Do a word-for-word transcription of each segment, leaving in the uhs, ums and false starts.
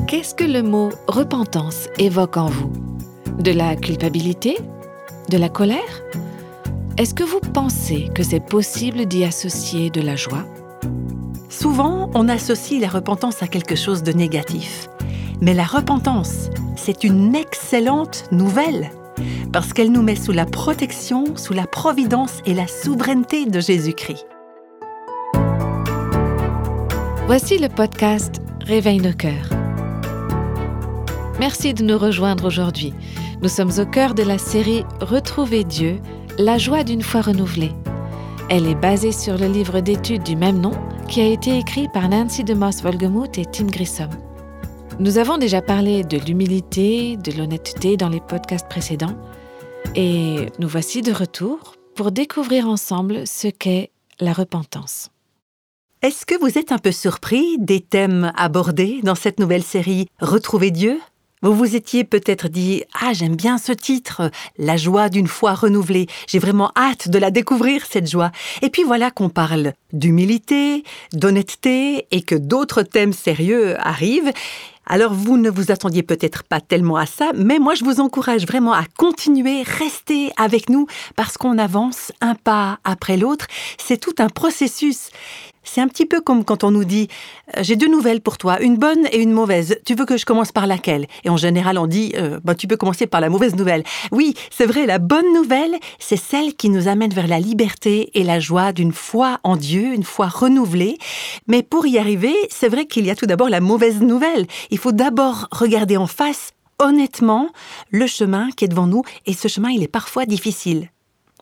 Qu'est-ce que le mot repentance évoque en vous ? De la culpabilité ? De la colère ? Est-ce que vous pensez que c'est possible d'y associer de la joie ? Souvent, on associe la repentance à quelque chose de négatif. Mais la repentance, c'est une excellente nouvelle, parce qu'elle nous met sous la protection, sous la providence et la souveraineté de Jésus-Christ. Voici le podcast Réveille nos cœurs. Merci de nous rejoindre aujourd'hui. Nous sommes au cœur de la série Retrouver Dieu, la joie d'une foi renouvelée. Elle est basée sur le livre d'études du même nom qui a été écrit par Nancy DeMoss Wolgemuth et Tim Grissom. Nous avons déjà parlé de l'humilité, de l'honnêteté dans les podcasts précédents et nous voici de retour pour découvrir ensemble ce qu'est la repentance. Est-ce que vous êtes un peu surpris des thèmes abordés dans cette nouvelle série Retrouver Dieu ? Vous vous étiez peut-être dit « Ah, j'aime bien ce titre, la joie d'une foi renouvelée. J'ai vraiment hâte de la découvrir, cette joie. » Et puis voilà qu'on parle d'humilité, d'honnêteté et que d'autres thèmes sérieux arrivent. Alors vous ne vous attendiez peut-être pas tellement à ça, mais moi je vous encourage vraiment à continuer, rester avec nous parce qu'on avance un pas après l'autre. C'est tout un processus. C'est un petit peu comme quand on nous dit euh, « J'ai deux nouvelles pour toi, une bonne et une mauvaise. Tu veux que je commence par laquelle ?» Et en général, on dit euh, bah, « Tu peux commencer par la mauvaise nouvelle. » Oui, c'est vrai, la bonne nouvelle, c'est celle qui nous amène vers la liberté et la joie d'une foi en Dieu, une foi renouvelée. Mais pour y arriver, c'est vrai qu'il y a tout d'abord la mauvaise nouvelle. Il faut d'abord regarder en face, honnêtement, le chemin qui est devant nous. Et ce chemin, il est parfois difficile.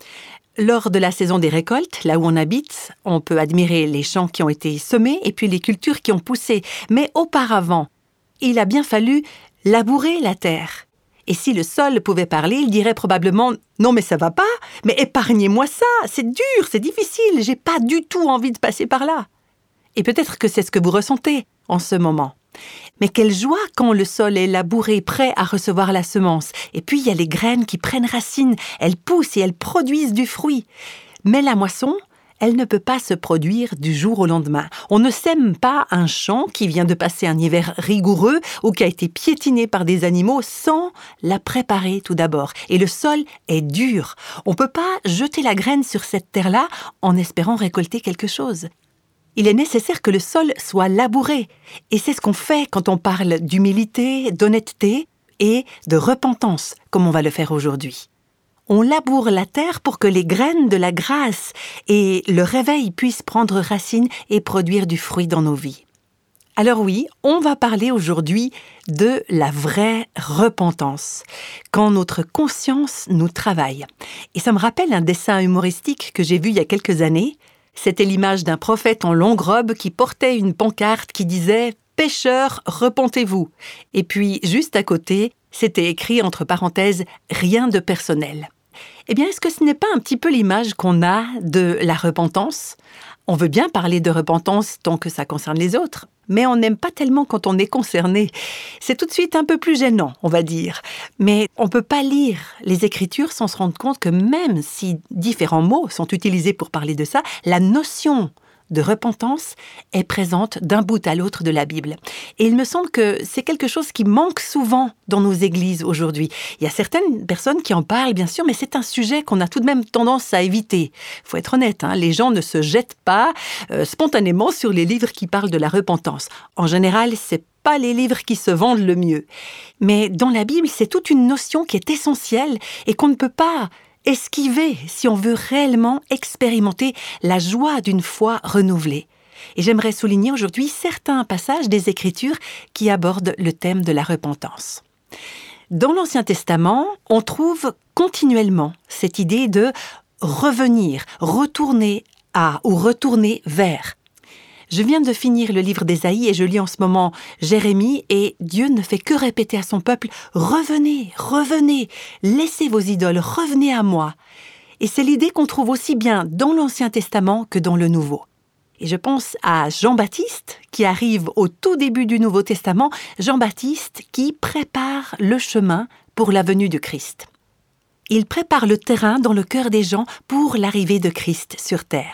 Lors de la saison des récoltes, là où on habite, on peut admirer les champs qui ont été semés et puis les cultures qui ont poussé. Mais auparavant, il a bien fallu labourer la terre. Et si le sol pouvait parler, il dirait probablement « Non mais ça va pas, mais épargnez-moi ça, c'est dur, c'est difficile, j'ai pas du tout envie de passer par là. » Et peut-être que c'est ce que vous ressentez en ce moment. Mais quelle joie quand le sol est labouré, prêt à recevoir la semence. Et puis il y a les graines qui prennent racine, elles poussent et elles produisent du fruit. Mais la moisson, elle ne peut pas se produire du jour au lendemain. On ne sème pas un champ qui vient de passer un hiver rigoureux ou qui a été piétiné par des animaux sans la préparer tout d'abord. Et le sol est dur. On ne peut pas jeter la graine sur cette terre-là en espérant récolter quelque chose. Il est nécessaire que le sol soit labouré. Et c'est ce qu'on fait quand on parle d'humilité, d'honnêteté et de repentance, comme on va le faire aujourd'hui. On laboure la terre pour que les graines de la grâce et le réveil puissent prendre racine et produire du fruit dans nos vies. Alors oui, on va parler aujourd'hui de la vraie repentance, quand notre conscience nous travaille. Et ça me rappelle un dessin humoristique que j'ai vu il y a quelques années. C'était l'image d'un prophète en longue robe qui portait une pancarte qui disait « Pécheurs, repentez-vous ». Et puis, juste à côté, c'était écrit entre parenthèses « Rien de personnel ». Eh bien, est-ce que ce n'est pas un petit peu l'image qu'on a de la repentance ? On veut bien parler de repentance tant que ça concerne les autres, mais on n'aime pas tellement quand on est concerné. C'est tout de suite un peu plus gênant, on va dire. Mais on ne peut pas lire les Écritures sans se rendre compte que même si différents mots sont utilisés pour parler de ça, la notion de repentance est présente d'un bout à l'autre de la Bible. Et il me semble que c'est quelque chose qui manque souvent dans nos églises aujourd'hui. Il y a certaines personnes qui en parlent, bien sûr, mais c'est un sujet qu'on a tout de même tendance à éviter. Il faut être honnête, hein, les gens ne se jettent pas euh, spontanément sur les livres qui parlent de la repentance. En général, c'est pas les livres qui se vendent le mieux. Mais dans la Bible, c'est toute une notion qui est essentielle et qu'on ne peut pas esquiver si on veut réellement expérimenter la joie d'une foi renouvelée. Et j'aimerais souligner aujourd'hui certains passages des Écritures qui abordent le thème de la repentance. Dans l'Ancien Testament, on trouve continuellement cette idée de revenir, retourner à ou retourner vers. Je viens de finir le livre d'Ésaïe et je lis en ce moment Jérémie et Dieu ne fait que répéter à son peuple « Revenez, revenez, laissez vos idoles, revenez à moi ». Et c'est l'idée qu'on trouve aussi bien dans l'Ancien Testament que dans le Nouveau. Et je pense à Jean-Baptiste qui arrive au tout début du Nouveau Testament, Jean-Baptiste qui prépare le chemin pour la venue de Christ. Il prépare le terrain dans le cœur des gens pour l'arrivée de Christ sur terre.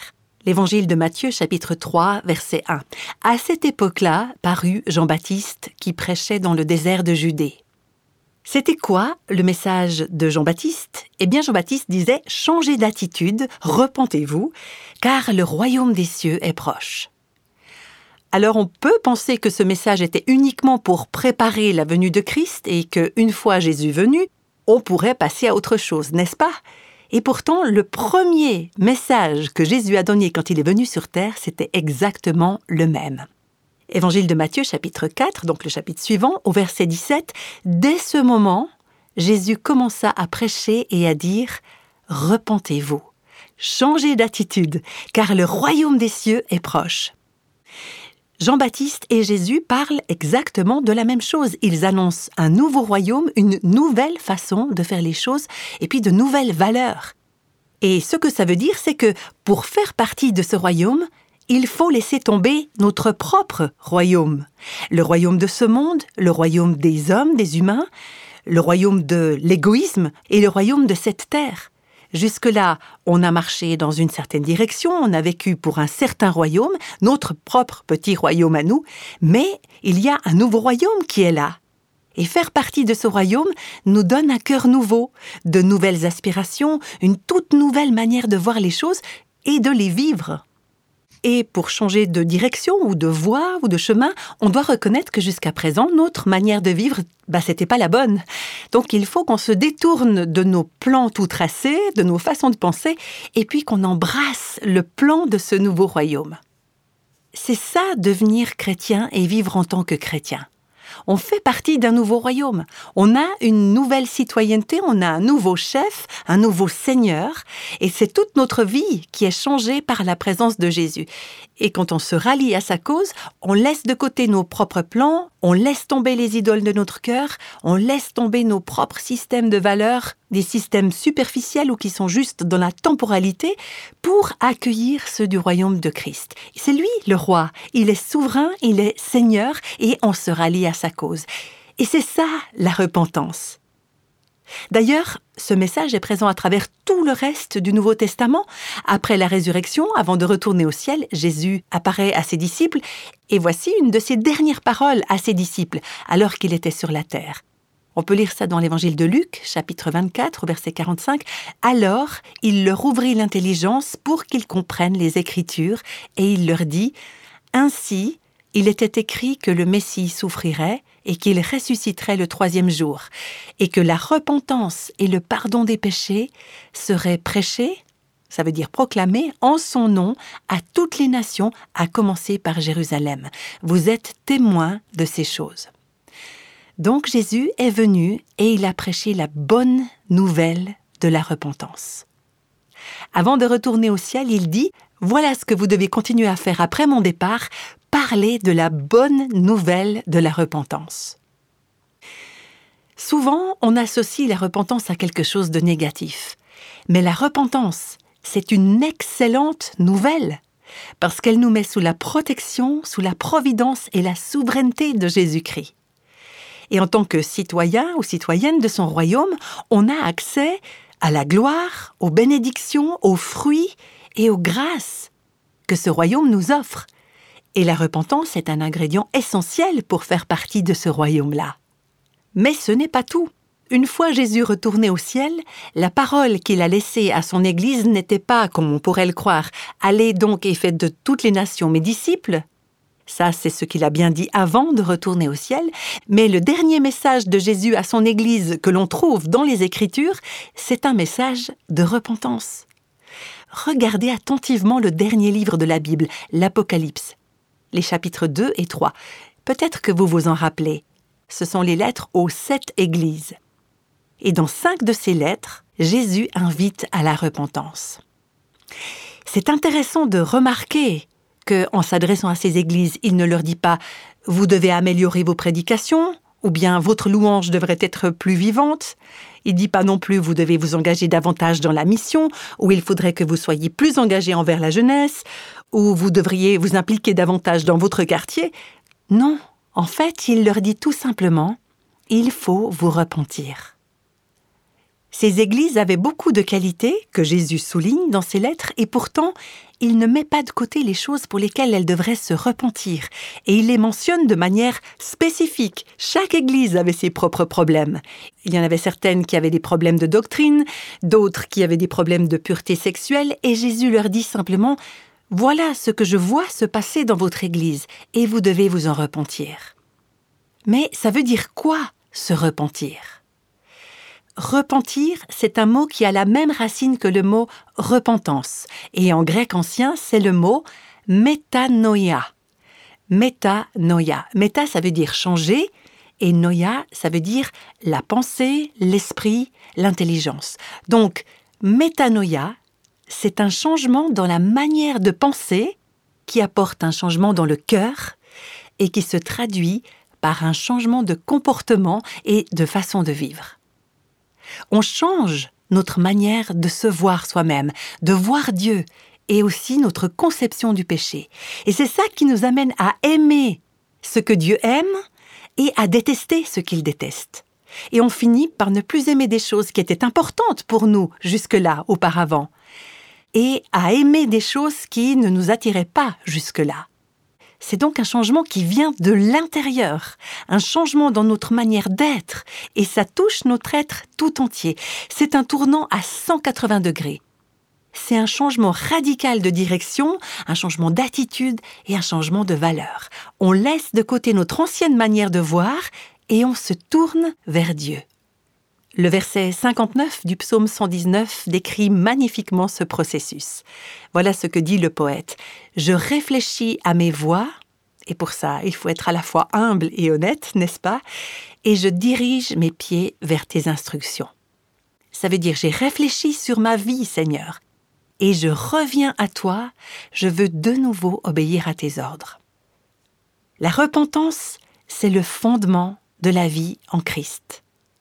L'Évangile de Matthieu, chapitre trois, verset un. À cette époque-là parut Jean-Baptiste qui prêchait dans le désert de Judée. C'était quoi le message de Jean-Baptiste ? Eh bien, Jean-Baptiste disait « Changez d'attitude, repentez-vous, car le royaume des cieux est proche ». Alors on peut penser que ce message était uniquement pour préparer la venue de Christ et qu'une fois Jésus venu, on pourrait passer à autre chose, n'est-ce pas ? Et pourtant, le premier message que Jésus a donné quand il est venu sur terre, c'était exactement le même. Évangile de Matthieu, chapitre quatre, donc le chapitre suivant, au verset dix-sept, « Dès ce moment, Jésus commença à prêcher et à dire « Repentez-vous, changez d'attitude, car le royaume des cieux est proche. » Jean-Baptiste et Jésus parlent exactement de la même chose. Ils annoncent un nouveau royaume, une nouvelle façon de faire les choses, et puis de nouvelles valeurs. Et ce que ça veut dire, c'est que pour faire partie de ce royaume, il faut laisser tomber notre propre royaume. Le royaume de ce monde, le royaume des hommes, des humains, le royaume de l'égoïsme et le royaume de cette terre. Jusque-là, on a marché dans une certaine direction, on a vécu pour un certain royaume, notre propre petit royaume à nous, mais il y a un nouveau royaume qui est là. Et faire partie de ce royaume nous donne un cœur nouveau, de nouvelles aspirations, une toute nouvelle manière de voir les choses et de les vivre. Et pour changer de direction ou de voie ou de chemin, on doit reconnaître que jusqu'à présent, notre manière de vivre, bah, c'était pas la bonne. Donc il faut qu'on se détourne de nos plans tout tracés, de nos façons de penser, et puis qu'on embrasse le plan de ce nouveau royaume. C'est ça, devenir chrétien et vivre en tant que chrétien. On fait partie d'un nouveau royaume. On a une nouvelle citoyenneté, on a un nouveau chef, un nouveau Seigneur, et c'est toute notre vie qui est changée par la présence de Jésus. Et quand on se rallie à sa cause, on laisse de côté nos propres plans, on laisse tomber les idoles de notre cœur, on laisse tomber nos propres systèmes de valeurs, des systèmes superficiels ou qui sont juste dans la temporalité, pour accueillir ceux du royaume de Christ. C'est lui le roi, il est souverain, il est Seigneur, et on se rallie à sa cause. Et c'est ça la repentance. D'ailleurs, ce message est présent à travers tout le reste du Nouveau Testament. Après la résurrection, avant de retourner au ciel, Jésus apparaît à ses disciples, et voici une de ses dernières paroles à ses disciples, alors qu'il était sur la terre. On peut lire ça dans l'Évangile de Luc, chapitre vingt-quatre, verset quarante-cinq. « Alors, il leur ouvrit l'intelligence pour qu'ils comprennent les Écritures, et il leur dit, « Ainsi, il était écrit que le Messie souffrirait et qu'il ressusciterait le troisième jour, et que la repentance et le pardon des péchés seraient prêchés, ça veut dire proclamés, en son nom à toutes les nations, à commencer par Jérusalem. Vous êtes témoins de ces choses. » Donc Jésus est venu et il a prêché la bonne nouvelle de la repentance. Avant de retourner au ciel, il dit « Voilà ce que vous devez continuer à faire après mon départ, parler de la bonne nouvelle de la repentance. » Souvent, on associe la repentance à quelque chose de négatif. Mais la repentance, c'est une excellente nouvelle, parce qu'elle nous met sous la protection, sous la providence et la souveraineté de Jésus-Christ. Et en tant que citoyen ou citoyenne de son royaume, on a accès à la gloire, aux bénédictions, aux fruits et aux grâces que ce royaume nous offre. Et la repentance est un ingrédient essentiel pour faire partie de ce royaume-là. Mais ce n'est pas tout. Une fois Jésus retourné au ciel, la parole qu'il a laissée à son Église n'était pas, comme on pourrait le croire, « Allez donc et faites de toutes les nations mes disciples ». Ça, c'est ce qu'il a bien dit avant de retourner au ciel. Mais le dernier message de Jésus à son Église que l'on trouve dans les Écritures, c'est un message de repentance. Regardez attentivement le dernier livre de la Bible, l'Apocalypse, les chapitres deux et trois. Peut-être que vous vous en rappelez. Ce sont les lettres aux sept églises. Et dans cinq de ces lettres, Jésus invite à la repentance. C'est intéressant de remarquer qu'en s'adressant à ces églises, il ne leur dit pas « Vous devez améliorer vos prédications » ou bien « Votre louange devrait être plus vivante ». Il ne dit pas non plus « Vous devez vous engager davantage dans la mission » ou « Il faudrait que vous soyez plus engagés envers la jeunesse » ou « Vous devriez vous impliquer davantage dans votre quartier ». Non, en fait, il leur dit tout simplement « Il faut vous repentir ». Ces églises avaient beaucoup de qualités que Jésus souligne dans ses lettres et pourtant, il ne met pas de côté les choses pour lesquelles elle devrait se repentir, et il les mentionne de manière spécifique. Chaque église avait ses propres problèmes. Il y en avait certaines qui avaient des problèmes de doctrine, d'autres qui avaient des problèmes de pureté sexuelle, et Jésus leur dit simplement « Voilà ce que je vois se passer dans votre église, et vous devez vous en repentir. » Mais ça veut dire quoi, se repentir ? Repentir, c'est un mot qui a la même racine que le mot repentance. Et en grec ancien, c'est le mot métanoïa. Métanoïa. Méta, ça veut dire changer, et noïa, ça veut dire la pensée, l'esprit, l'intelligence. Donc, métanoïa, c'est un changement dans la manière de penser qui apporte un changement dans le cœur et qui se traduit par un changement de comportement et de façon de vivre. On change notre manière de se voir soi-même, de voir Dieu, et aussi notre conception du péché. Et c'est ça qui nous amène à aimer ce que Dieu aime et à détester ce qu'il déteste. Et on finit par ne plus aimer des choses qui étaient importantes pour nous jusque-là, auparavant, et à aimer des choses qui ne nous attiraient pas jusque-là. C'est donc un changement qui vient de l'intérieur, un changement dans notre manière d'être, et ça touche notre être tout entier. C'est un tournant à cent quatre-vingts degrés. C'est un changement radical de direction, un changement d'attitude et un changement de valeur. On laisse de côté notre ancienne manière de voir et on se tourne vers Dieu. Le verset cinquante-neuf du psaume cent dix-neuf décrit magnifiquement ce processus. Voilà ce que dit le poète. « Je réfléchis à mes voies, et pour ça, il faut être à la fois humble et honnête, n'est-ce pas? Et je dirige mes pieds vers tes instructions. » Ça veut dire « J'ai réfléchi sur ma vie, Seigneur, et je reviens à toi, je veux de nouveau obéir à tes ordres. » La repentance, c'est le fondement de la vie en Christ.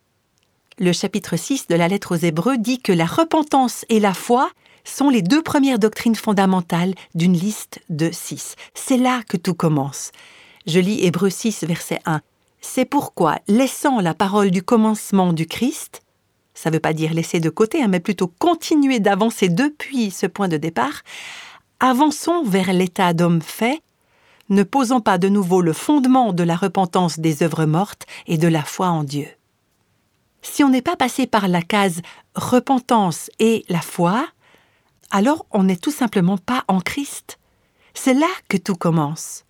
Le chapitre six de la lettre aux Hébreux dit que la repentance et la foi sont les deux premières doctrines fondamentales d'une liste de six. C'est là que tout commence. Je lis Hébreux six, verset un. « C'est pourquoi, laissant la parole du commencement du Christ, » ça ne veut pas dire laisser de côté, hein, mais plutôt continuer d'avancer depuis ce point de départ, « avançons vers l'état d'homme fait, ne posant pas de nouveau le fondement de la repentance des œuvres mortes et de la foi en Dieu. » Si on n'est pas passé par la case « repentance et la foi », alors on n'est tout simplement pas en Christ. C'est là que tout commence.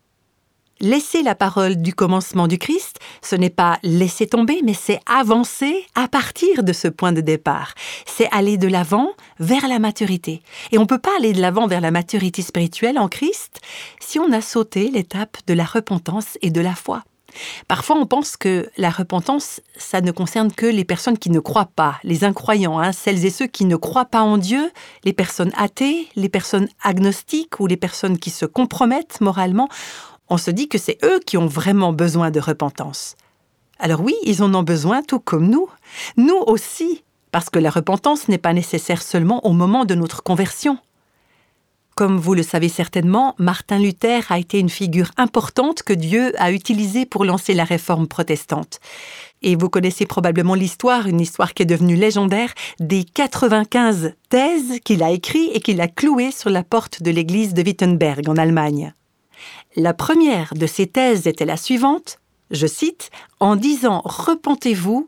Laisser la parole du commencement du Christ, ce n'est pas laisser tomber, mais c'est avancer à partir de ce point de départ. C'est aller de l'avant vers la maturité. Et on ne peut pas aller de l'avant vers la maturité spirituelle en Christ si on a sauté l'étape de la repentance et de la foi. Parfois, on pense que la repentance, ça ne concerne que les personnes qui ne croient pas, les incroyants, hein, celles et ceux qui ne croient pas en Dieu, les personnes athées, les personnes agnostiques ou les personnes qui se compromettent moralement. On se dit que c'est eux qui ont vraiment besoin de repentance. Alors oui, ils en ont besoin tout comme nous. Nous aussi, parce que la repentance n'est pas nécessaire seulement au moment de notre conversion. Comme vous le savez certainement, Martin Luther a été une figure importante que Dieu a utilisée pour lancer la réforme protestante. Et vous connaissez probablement l'histoire, une histoire qui est devenue légendaire, des quatre-vingt-quinze thèses qu'il a écrites et qu'il a clouées sur la porte de l'église de Wittenberg en Allemagne. La première de ces thèses était la suivante, je cite, « En disant « Repentez-vous »,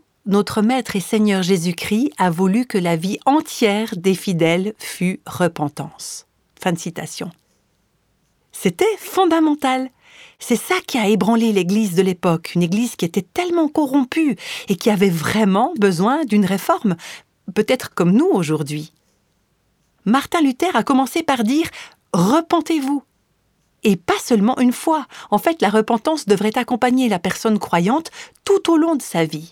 notre Maître et Seigneur Jésus-Christ a voulu que la vie entière des fidèles fût repentance. » Fin de citation. C'était fondamental. C'est ça qui a ébranlé l'Église de l'époque, une Église qui était tellement corrompue et qui avait vraiment besoin d'une réforme, peut-être comme nous aujourd'hui. Martin Luther a commencé par dire « Repentez-vous ». Et pas seulement une fois. En fait, la repentance devrait accompagner la personne croyante tout au long de sa vie.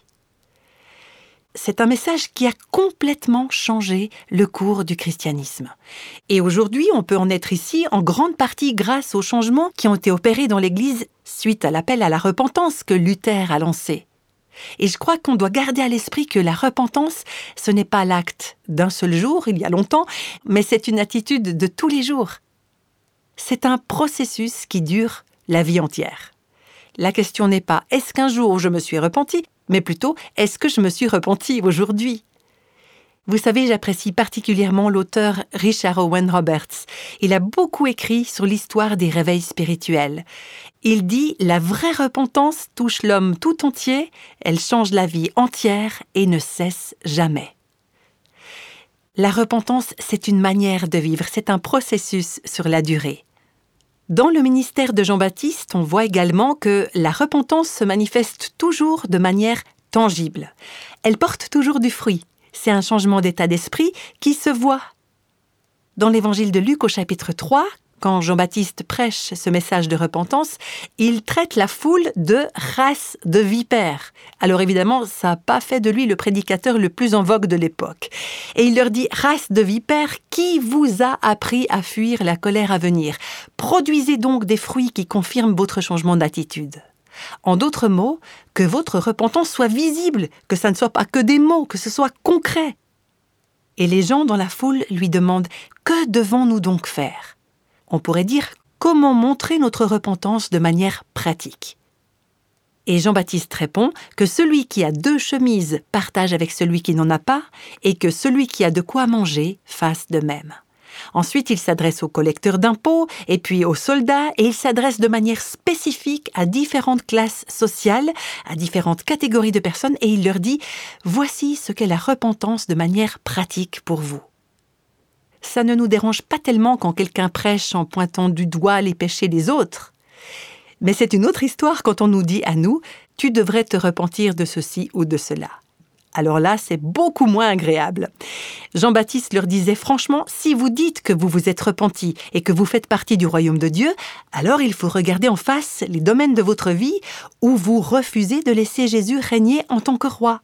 C'est un message qui a complètement changé le cours du christianisme. Et aujourd'hui, on peut en être ici en grande partie grâce aux changements qui ont été opérés dans l'Église suite à l'appel à la repentance que Luther a lancé. Et je crois qu'on doit garder à l'esprit que la repentance, ce n'est pas l'acte d'un seul jour, il y a longtemps, mais c'est une attitude de tous les jours. C'est un processus qui dure la vie entière. La question n'est pas « est-ce qu'un jour je me suis repenti ?» mais plutôt « est-ce que je me suis repenti aujourd'hui ?» Vous savez, j'apprécie particulièrement l'auteur Richard Owen Roberts. Il a beaucoup écrit sur l'histoire des réveils spirituels. Il dit « La vraie repentance touche l'homme tout entier, elle change la vie entière et ne cesse jamais. » La repentance, c'est une manière de vivre, c'est un processus sur la durée. Dans le ministère de Jean-Baptiste, on voit également que la repentance se manifeste toujours de manière tangible. Elle porte toujours du fruit. C'est un changement d'état d'esprit qui se voit. Dans l'évangile de Luc au chapitre trois, quand Jean-Baptiste prêche ce message de repentance, il traite la foule de race de vipères. Alors évidemment, ça n'a pas fait de lui le prédicateur le plus en vogue de l'époque. Et il leur dit « Race de vipères, qui vous a appris à fuir la colère à venir ? Produisez donc des fruits qui confirment votre changement d'attitude. » En d'autres mots, que votre repentance soit visible, que ça ne soit pas que des mots, que ce soit concret. Et les gens dans la foule lui demandent « Que devons-nous donc faire ?» On pourrait dire « Comment montrer notre repentance de manière pratique ?» Et Jean-Baptiste répond que celui qui a deux chemises partage avec celui qui n'en a pas et que celui qui a de quoi manger fasse de même. Ensuite, il s'adresse aux collecteurs d'impôts et puis aux soldats et il s'adresse de manière spécifique à différentes classes sociales, à différentes catégories de personnes et il leur dit « Voici ce qu'est la repentance de manière pratique pour vous. » Ça ne nous dérange pas tellement quand quelqu'un prêche en pointant du doigt les péchés des autres. Mais c'est une autre histoire quand on nous dit à nous « Tu devrais te repentir de ceci ou de cela ». Alors là, c'est beaucoup moins agréable. Jean-Baptiste leur disait franchement, si vous dites que vous vous êtes repentis et que vous faites partie du royaume de Dieu, alors il faut regarder en face les domaines de votre vie où vous refusez de laisser Jésus régner en tant que roi.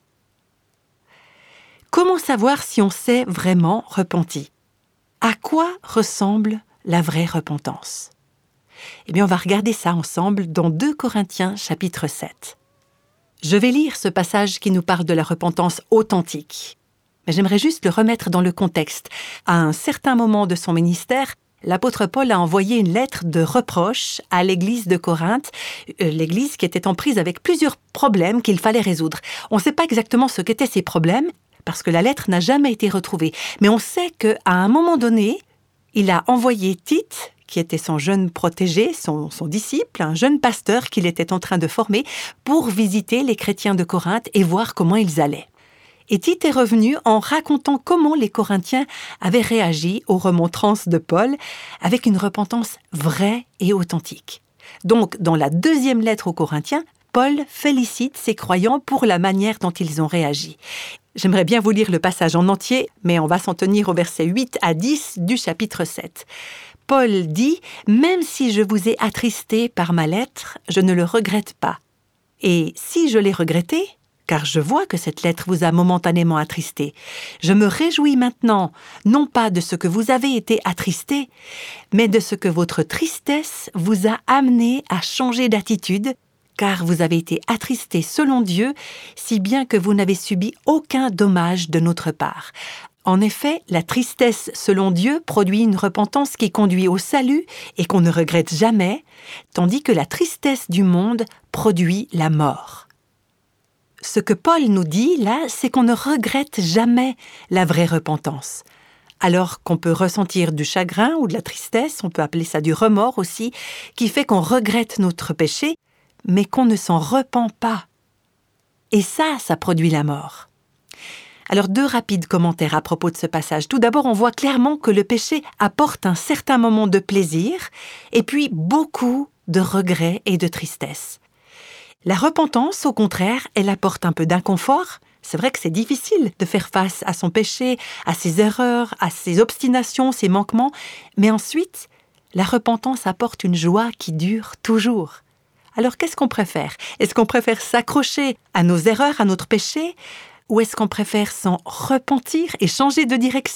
Comment savoir si on s'est vraiment repenti ? À quoi ressemble la vraie repentance ? Eh bien, on va regarder ça ensemble dans deux Corinthiens chapitre sept. Je vais lire ce passage qui nous parle de la repentance authentique. Mais j'aimerais juste le remettre dans le contexte. À un certain moment de son ministère, l'apôtre Paul a envoyé une lettre de reproche à l'église de Corinthe, euh, l'église qui était en prise avec plusieurs problèmes qu'il fallait résoudre. On ne sait pas exactement ce qu'étaient ces problèmes, parce que la lettre n'a jamais été retrouvée. Mais on sait qu'à un moment donné, il a envoyé Tite, qui était son jeune protégé, son, son disciple, un jeune pasteur qu'il était en train de former, pour visiter les chrétiens de Corinthe et voir comment ils allaient. Et Tite est revenu en racontant comment les Corinthiens avaient réagi aux remontrances de Paul avec une repentance vraie et authentique. Donc, dans la deuxième lettre aux Corinthiens, Paul félicite ses croyants pour la manière dont ils ont réagi. J'aimerais bien vous lire le passage en entier, mais on va s'en tenir au verset huit à dix du chapitre sept. Paul dit « Même si je vous ai attristé par ma lettre, je ne le regrette pas. Et si je l'ai regretté, car je vois que cette lettre vous a momentanément attristé, je me réjouis maintenant, non pas de ce que vous avez été attristé, mais de ce que votre tristesse vous a amené à changer d'attitude, car vous avez été attristé selon Dieu, si bien que vous n'avez subi aucun dommage de notre part. » En effet, la tristesse selon Dieu produit une repentance qui conduit au salut et qu'on ne regrette jamais, tandis que la tristesse du monde produit la mort. Ce que Paul nous dit là, c'est qu'on ne regrette jamais la vraie repentance. Alors qu'on peut ressentir du chagrin ou de la tristesse, on peut appeler ça du remords aussi, qui fait qu'on regrette notre péché, mais qu'on ne s'en repent pas. Et ça, ça produit la mort. Alors, deux rapides commentaires à propos de ce passage. Tout d'abord, on voit clairement que le péché apporte un certain moment de plaisir et puis beaucoup de regrets et de tristesse. La repentance, au contraire, elle apporte un peu d'inconfort. C'est vrai que c'est difficile de faire face à son péché, à ses erreurs, à ses obstinations, ses manquements, mais ensuite, la repentance apporte une joie qui dure toujours. Alors, qu'est-ce qu'on préfère ? Est-ce qu'on préfère s'accrocher à nos erreurs, à notre péché ? Ou est-ce qu'on préfère s'en repentir et changer de direction ?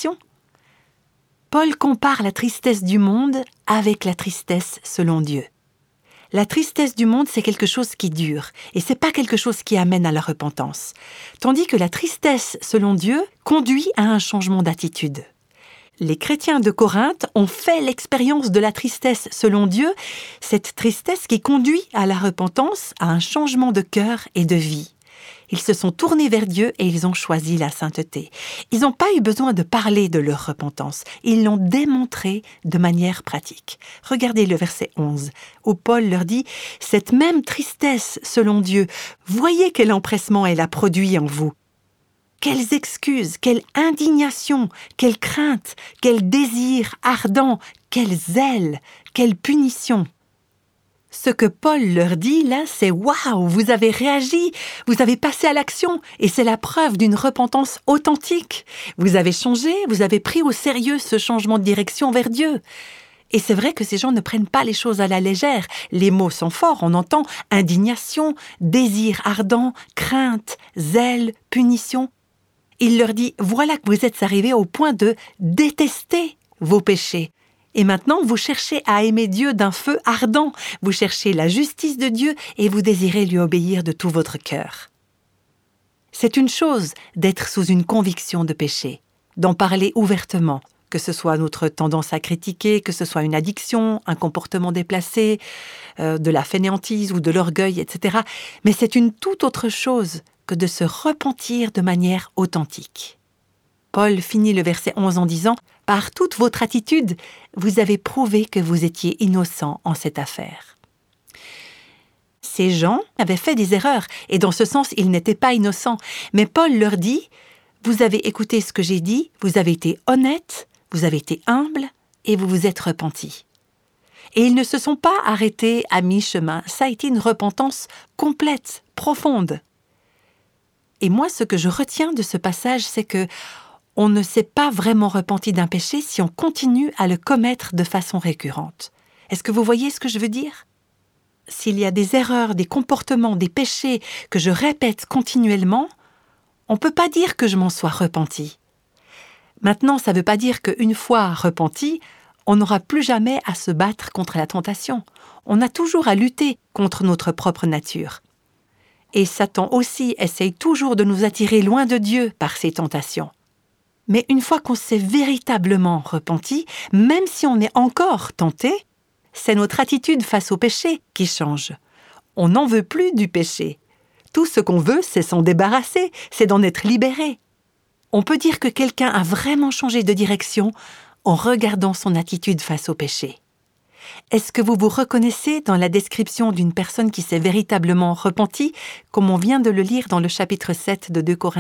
Paul compare la tristesse du monde avec la tristesse selon Dieu. La tristesse du monde, c'est quelque chose qui dure, et c'est pas quelque chose qui amène à la repentance. Tandis que la tristesse selon Dieu conduit à un changement d'attitude. Les chrétiens de Corinthe ont fait l'expérience de la tristesse selon Dieu, cette tristesse qui conduit à la repentance, à un changement de cœur et de vie. Ils se sont tournés vers Dieu et ils ont choisi la sainteté. Ils n'ont pas eu besoin de parler de leur repentance. Ils l'ont démontré de manière pratique. Regardez le verset onze, où Paul leur dit « Cette même tristesse, selon Dieu, voyez quel empressement elle a produit en vous. Quelles excuses, quelle indignation, quelle crainte, quel désir ardent, quel zèle, quelle punition. » Ce que Paul leur dit là, c'est « Waouh, vous avez réagi, vous avez passé à l'action et c'est la preuve d'une repentance authentique. Vous avez changé, vous avez pris au sérieux ce changement de direction vers Dieu. » Et c'est vrai que ces gens ne prennent pas les choses à la légère. Les mots sont forts, on entend indignation, désir ardent, crainte, zèle, punition. Il leur dit « Voilà que vous êtes arrivés au point de détester vos péchés. » Et maintenant, vous cherchez à aimer Dieu d'un feu ardent. Vous cherchez la justice de Dieu et vous désirez lui obéir de tout votre cœur. C'est une chose d'être sous une conviction de péché, d'en parler ouvertement, que ce soit notre tendance à critiquer, que ce soit une addiction, un comportement déplacé, euh, de la fainéantise ou de l'orgueil, et cetera. Mais c'est une toute autre chose que de se repentir de manière authentique. Paul finit le verset onze en disant « Par toute votre attitude, vous avez prouvé que vous étiez innocent en cette affaire. » Ces gens avaient fait des erreurs, et dans ce sens, ils n'étaient pas innocents. Mais Paul leur dit « Vous avez écouté ce que j'ai dit, vous avez été honnêtes, vous avez été humbles, et vous vous êtes repentis. » Et ils ne se sont pas arrêtés à mi-chemin. Ça a été une repentance complète, profonde. Et moi, ce que je retiens de ce passage, c'est que on ne s'est pas vraiment repenti d'un péché si on continue à le commettre de façon récurrente. Est-ce que vous voyez ce que je veux dire ? S'il y a des erreurs, des comportements, des péchés que je répète continuellement, on ne peut pas dire que je m'en sois repenti. Maintenant, ça ne veut pas dire qu'une fois repenti, on n'aura plus jamais à se battre contre la tentation. On a toujours à lutter contre notre propre nature. Et Satan aussi essaye toujours de nous attirer loin de Dieu par ses tentations. Mais une fois qu'on s'est véritablement repenti, même si on est encore tenté, c'est notre attitude face au péché qui change. On n'en veut plus du péché. Tout ce qu'on veut, c'est s'en débarrasser, c'est d'en être libéré. On peut dire que quelqu'un a vraiment changé de direction en regardant son attitude face au péché. Est-ce que vous vous reconnaissez dans la description d'une personne qui s'est véritablement repentie, comme on vient de le lire dans le chapitre sept de deux Corinthiens ?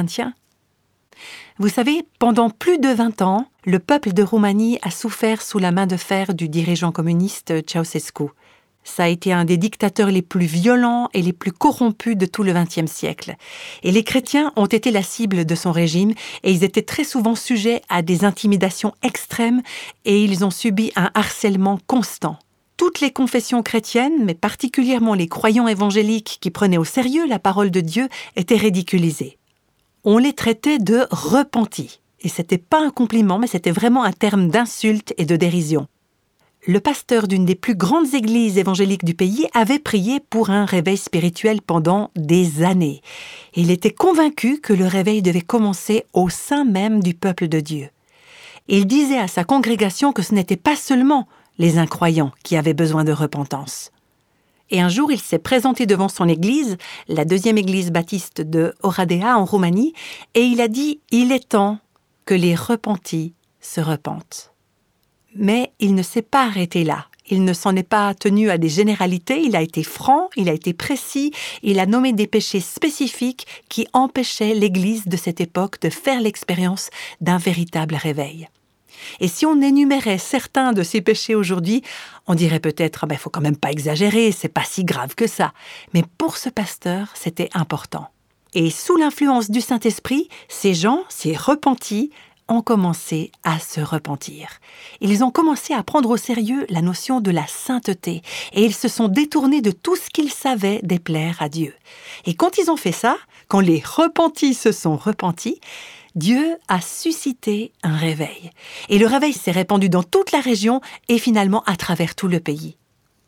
Vous savez, pendant plus de vingt ans, le peuple de Roumanie a souffert sous la main de fer du dirigeant communiste Ceausescu. Ça a été un des dictateurs les plus violents et les plus corrompus de tout le vingtième siècle. Et les chrétiens ont été la cible de son régime et ils étaient très souvent sujets à des intimidations extrêmes et ils ont subi un harcèlement constant. Toutes les confessions chrétiennes, mais particulièrement les croyants évangéliques qui prenaient au sérieux la parole de Dieu, étaient ridiculisés. On les traitait de repentis. Et c'était pas un compliment, mais c'était vraiment un terme d'insulte et de dérision. Le pasteur d'une des plus grandes églises évangéliques du pays avait prié pour un réveil spirituel pendant des années. Il était convaincu que le réveil devait commencer au sein même du peuple de Dieu. Il disait à sa congrégation que ce n'était pas seulement les incroyants qui avaient besoin de repentance. Et un jour, il s'est présenté devant son église, la deuxième église baptiste de Oradea en Roumanie, et il a dit « Il est temps que les repentis se repentent ». Mais il ne s'est pas arrêté là. Il ne s'en est pas tenu à des généralités, il a été franc, il a été précis, il a nommé des péchés spécifiques qui empêchaient l'Église de cette époque de faire l'expérience d'un véritable réveil. Et si on énumérait certains de ces péchés aujourd'hui, on dirait peut-être ah ben, « il faut quand même pas exagérer, c'est pas si grave que ça ». Mais pour ce pasteur, c'était important. Et sous l'influence du Saint-Esprit, ces gens, ces repentis, ont commencé à se repentir. Ils ont commencé à prendre au sérieux la notion de la sainteté et ils se sont détournés de tout ce qu'ils savaient déplaire à Dieu. Et quand ils ont fait ça, quand les repentis se sont repentis, Dieu a suscité un réveil. Et le réveil s'est répandu dans toute la région et finalement à travers tout le pays.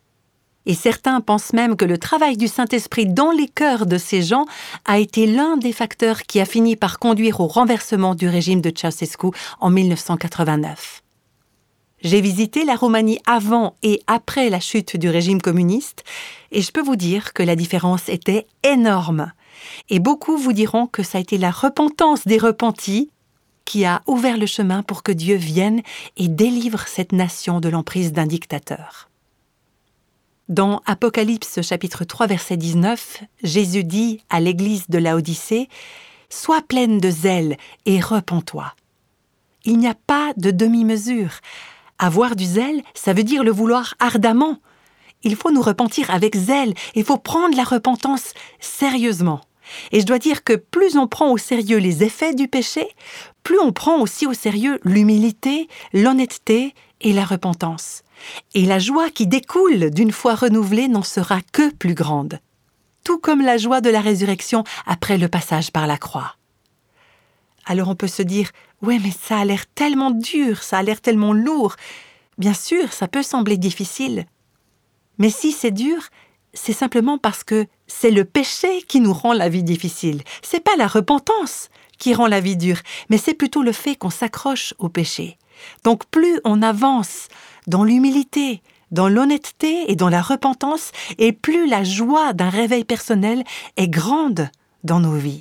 Et certains pensent même que le travail du Saint-Esprit dans les cœurs de ces gens a été l'un des facteurs qui a fini par conduire au renversement du régime de Ceausescu en mille neuf cent quatre-vingt-neuf. J'ai visité la Roumanie avant et après la chute du régime communiste et je peux vous dire que la différence était énorme. Et beaucoup vous diront que ça a été la repentance des repentis qui a ouvert le chemin pour que Dieu vienne et délivre cette nation de l'emprise d'un dictateur. Dans Apocalypse chapitre trois verset dix-neuf, Jésus dit à l'église de Laodicée « Sois pleine de zèle et repens-toi ». Il n'y a pas de demi-mesure. Avoir du zèle, ça veut dire le vouloir ardemment. Il faut nous repentir avec zèle, il faut prendre la repentance sérieusement. Et je dois dire que plus on prend au sérieux les effets du péché, plus on prend aussi au sérieux l'humilité, l'honnêteté et la repentance. Et la joie qui découle d'une foi renouvelée n'en sera que plus grande. Tout comme la joie de la résurrection après le passage par la croix. Alors on peut se dire « Ouais, mais ça a l'air tellement dur, ça a l'air tellement lourd. » Bien sûr, ça peut sembler difficile. Mais si c'est dur, c'est simplement parce que c'est le péché qui nous rend la vie difficile. C'est pas la repentance qui rend la vie dure, mais c'est plutôt le fait qu'on s'accroche au péché. Donc plus on avance dans l'humilité, dans l'honnêteté et dans la repentance, et plus la joie d'un réveil personnel est grande dans nos vies.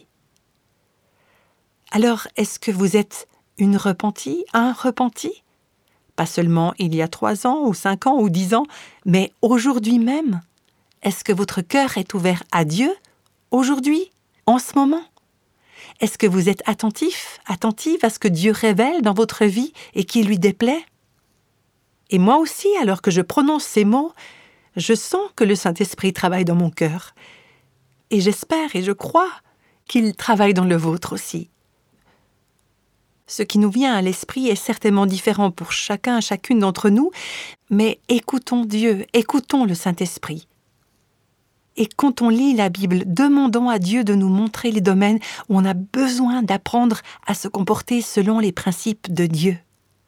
Alors, est-ce que vous êtes une repentie, un repenti ? Pas seulement il y a trois ans, ou cinq ans, ou dix ans, mais aujourd'hui même. Est-ce que votre cœur est ouvert à Dieu, aujourd'hui, en ce moment ? Est-ce que vous êtes attentif, attentive à ce que Dieu révèle dans votre vie et qui lui déplaît ? Et moi aussi, alors que je prononce ces mots, je sens que le Saint-Esprit travaille dans mon cœur. Et j'espère et je crois qu'il travaille dans le vôtre aussi. Ce qui nous vient à l'esprit est certainement différent pour chacun, chacune d'entre nous, mais écoutons Dieu, écoutons le Saint-Esprit. Et quand on lit la Bible, demandons à Dieu de nous montrer les domaines où on a besoin d'apprendre à se comporter selon les principes de Dieu.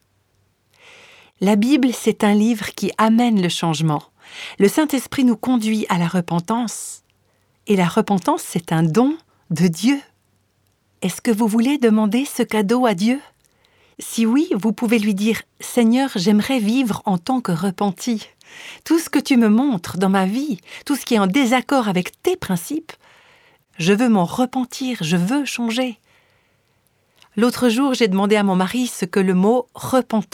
La Bible, c'est un livre qui amène le changement. Le Saint-Esprit nous conduit à la repentance. Et la repentance, c'est un don de Dieu. Est-ce que vous voulez demander ce cadeau à Dieu ? Si oui, vous pouvez lui dire « Seigneur, j'aimerais vivre en tant que repenti. Tout ce que tu me montres dans ma vie, tout ce qui est en désaccord avec tes principes, je veux m'en repentir, je veux changer. » L'autre jour, j'ai demandé à mon mari ce que le mot « repentance »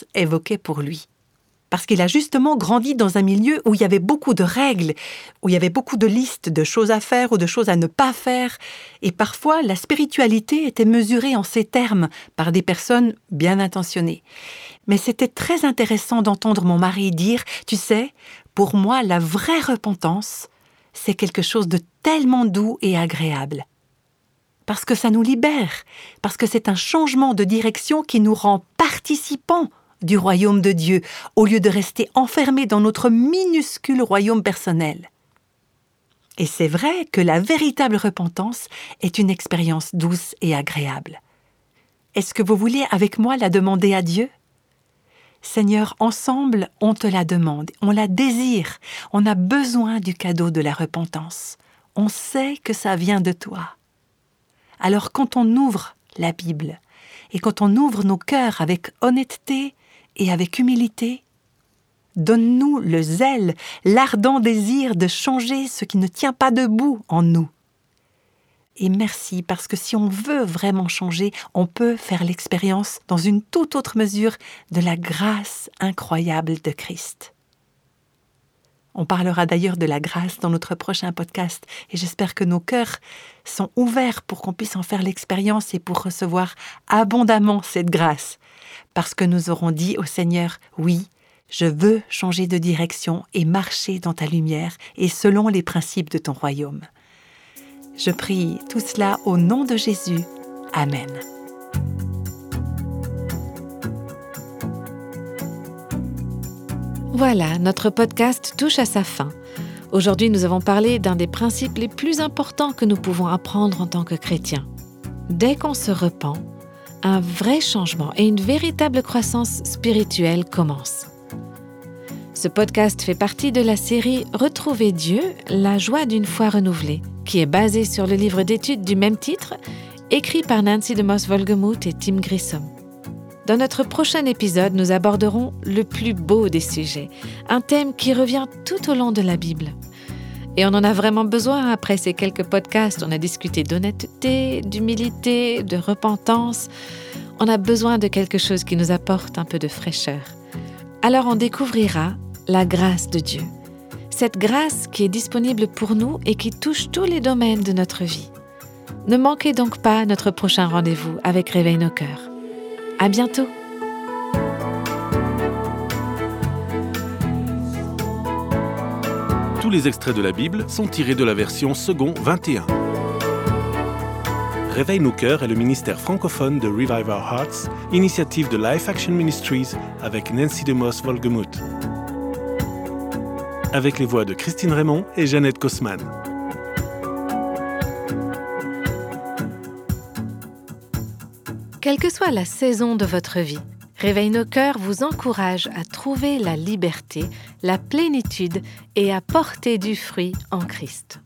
évoquait pour lui. Parce qu'il a justement grandi dans un milieu où il y avait beaucoup de règles, où il y avait beaucoup de listes de choses à faire ou de choses à ne pas faire. Et parfois, la spiritualité était mesurée en ces termes par des personnes bien intentionnées. Mais c'était très intéressant d'entendre mon mari dire « Tu sais, pour moi, la vraie repentance, c'est quelque chose de tellement doux et agréable. » Parce que ça nous libère, parce que c'est un changement de direction qui nous rend participants du royaume de Dieu, au lieu de rester enfermés dans notre minuscule royaume personnel. Et c'est vrai que la véritable repentance est une expérience douce et agréable. Est-ce que vous voulez avec moi la demander à Dieu ? Seigneur, ensemble, on te la demande, on la désire, on a besoin du cadeau de la repentance. On sait que ça vient de toi. Alors quand on ouvre la Bible, et quand on ouvre nos cœurs avec honnêteté et avec humilité, donne-nous le zèle, l'ardent désir de changer ce qui ne tient pas debout en nous. Et merci, parce que si on veut vraiment changer, on peut faire l'expérience dans une toute autre mesure de la grâce incroyable de Christ. On parlera d'ailleurs de la grâce dans notre prochain podcast et j'espère que nos cœurs sont ouverts pour qu'on puisse en faire l'expérience et pour recevoir abondamment cette grâce. Parce que nous aurons dit au Seigneur, oui, je veux changer de direction et marcher dans ta lumière et selon les principes de ton royaume. Je prie tout cela au nom de Jésus. Amen. Voilà, notre podcast touche à sa fin. Aujourd'hui, nous avons parlé d'un des principes les plus importants que nous pouvons apprendre en tant que chrétiens. Dès qu'on se repent, un vrai changement et une véritable croissance spirituelle commencent. Ce podcast fait partie de la série « Retrouver Dieu, la joie d'une foi renouvelée » qui est basée sur le livre d'études du même titre, écrit par Nancy DeMoss-Wolgemuth et Tim Grissom. Dans notre prochain épisode, nous aborderons le plus beau des sujets, un thème qui revient tout au long de la Bible. Et on en a vraiment besoin après ces quelques podcasts. On a discuté d'honnêteté, d'humilité, de repentance. On a besoin de quelque chose qui nous apporte un peu de fraîcheur. Alors on découvrira la grâce de Dieu. Cette grâce qui est disponible pour nous et qui touche tous les domaines de notre vie. Ne manquez donc pas notre prochain rendez-vous avec Réveille nos cœurs. À bientôt! Tous les extraits de la Bible sont tirés de la version Second vingt et un. Réveille nos cœurs est le ministère francophone de Revive Our Hearts, initiative de Life Action Ministries avec Nancy DeMoss Wolgemuth. Avec les voix de Christine Raymond et Jeannette Kosman. Quelle que soit la saison de votre vie, Réveille nos cœurs vous encourage à trouver la liberté, la plénitude et à porter du fruit en Christ.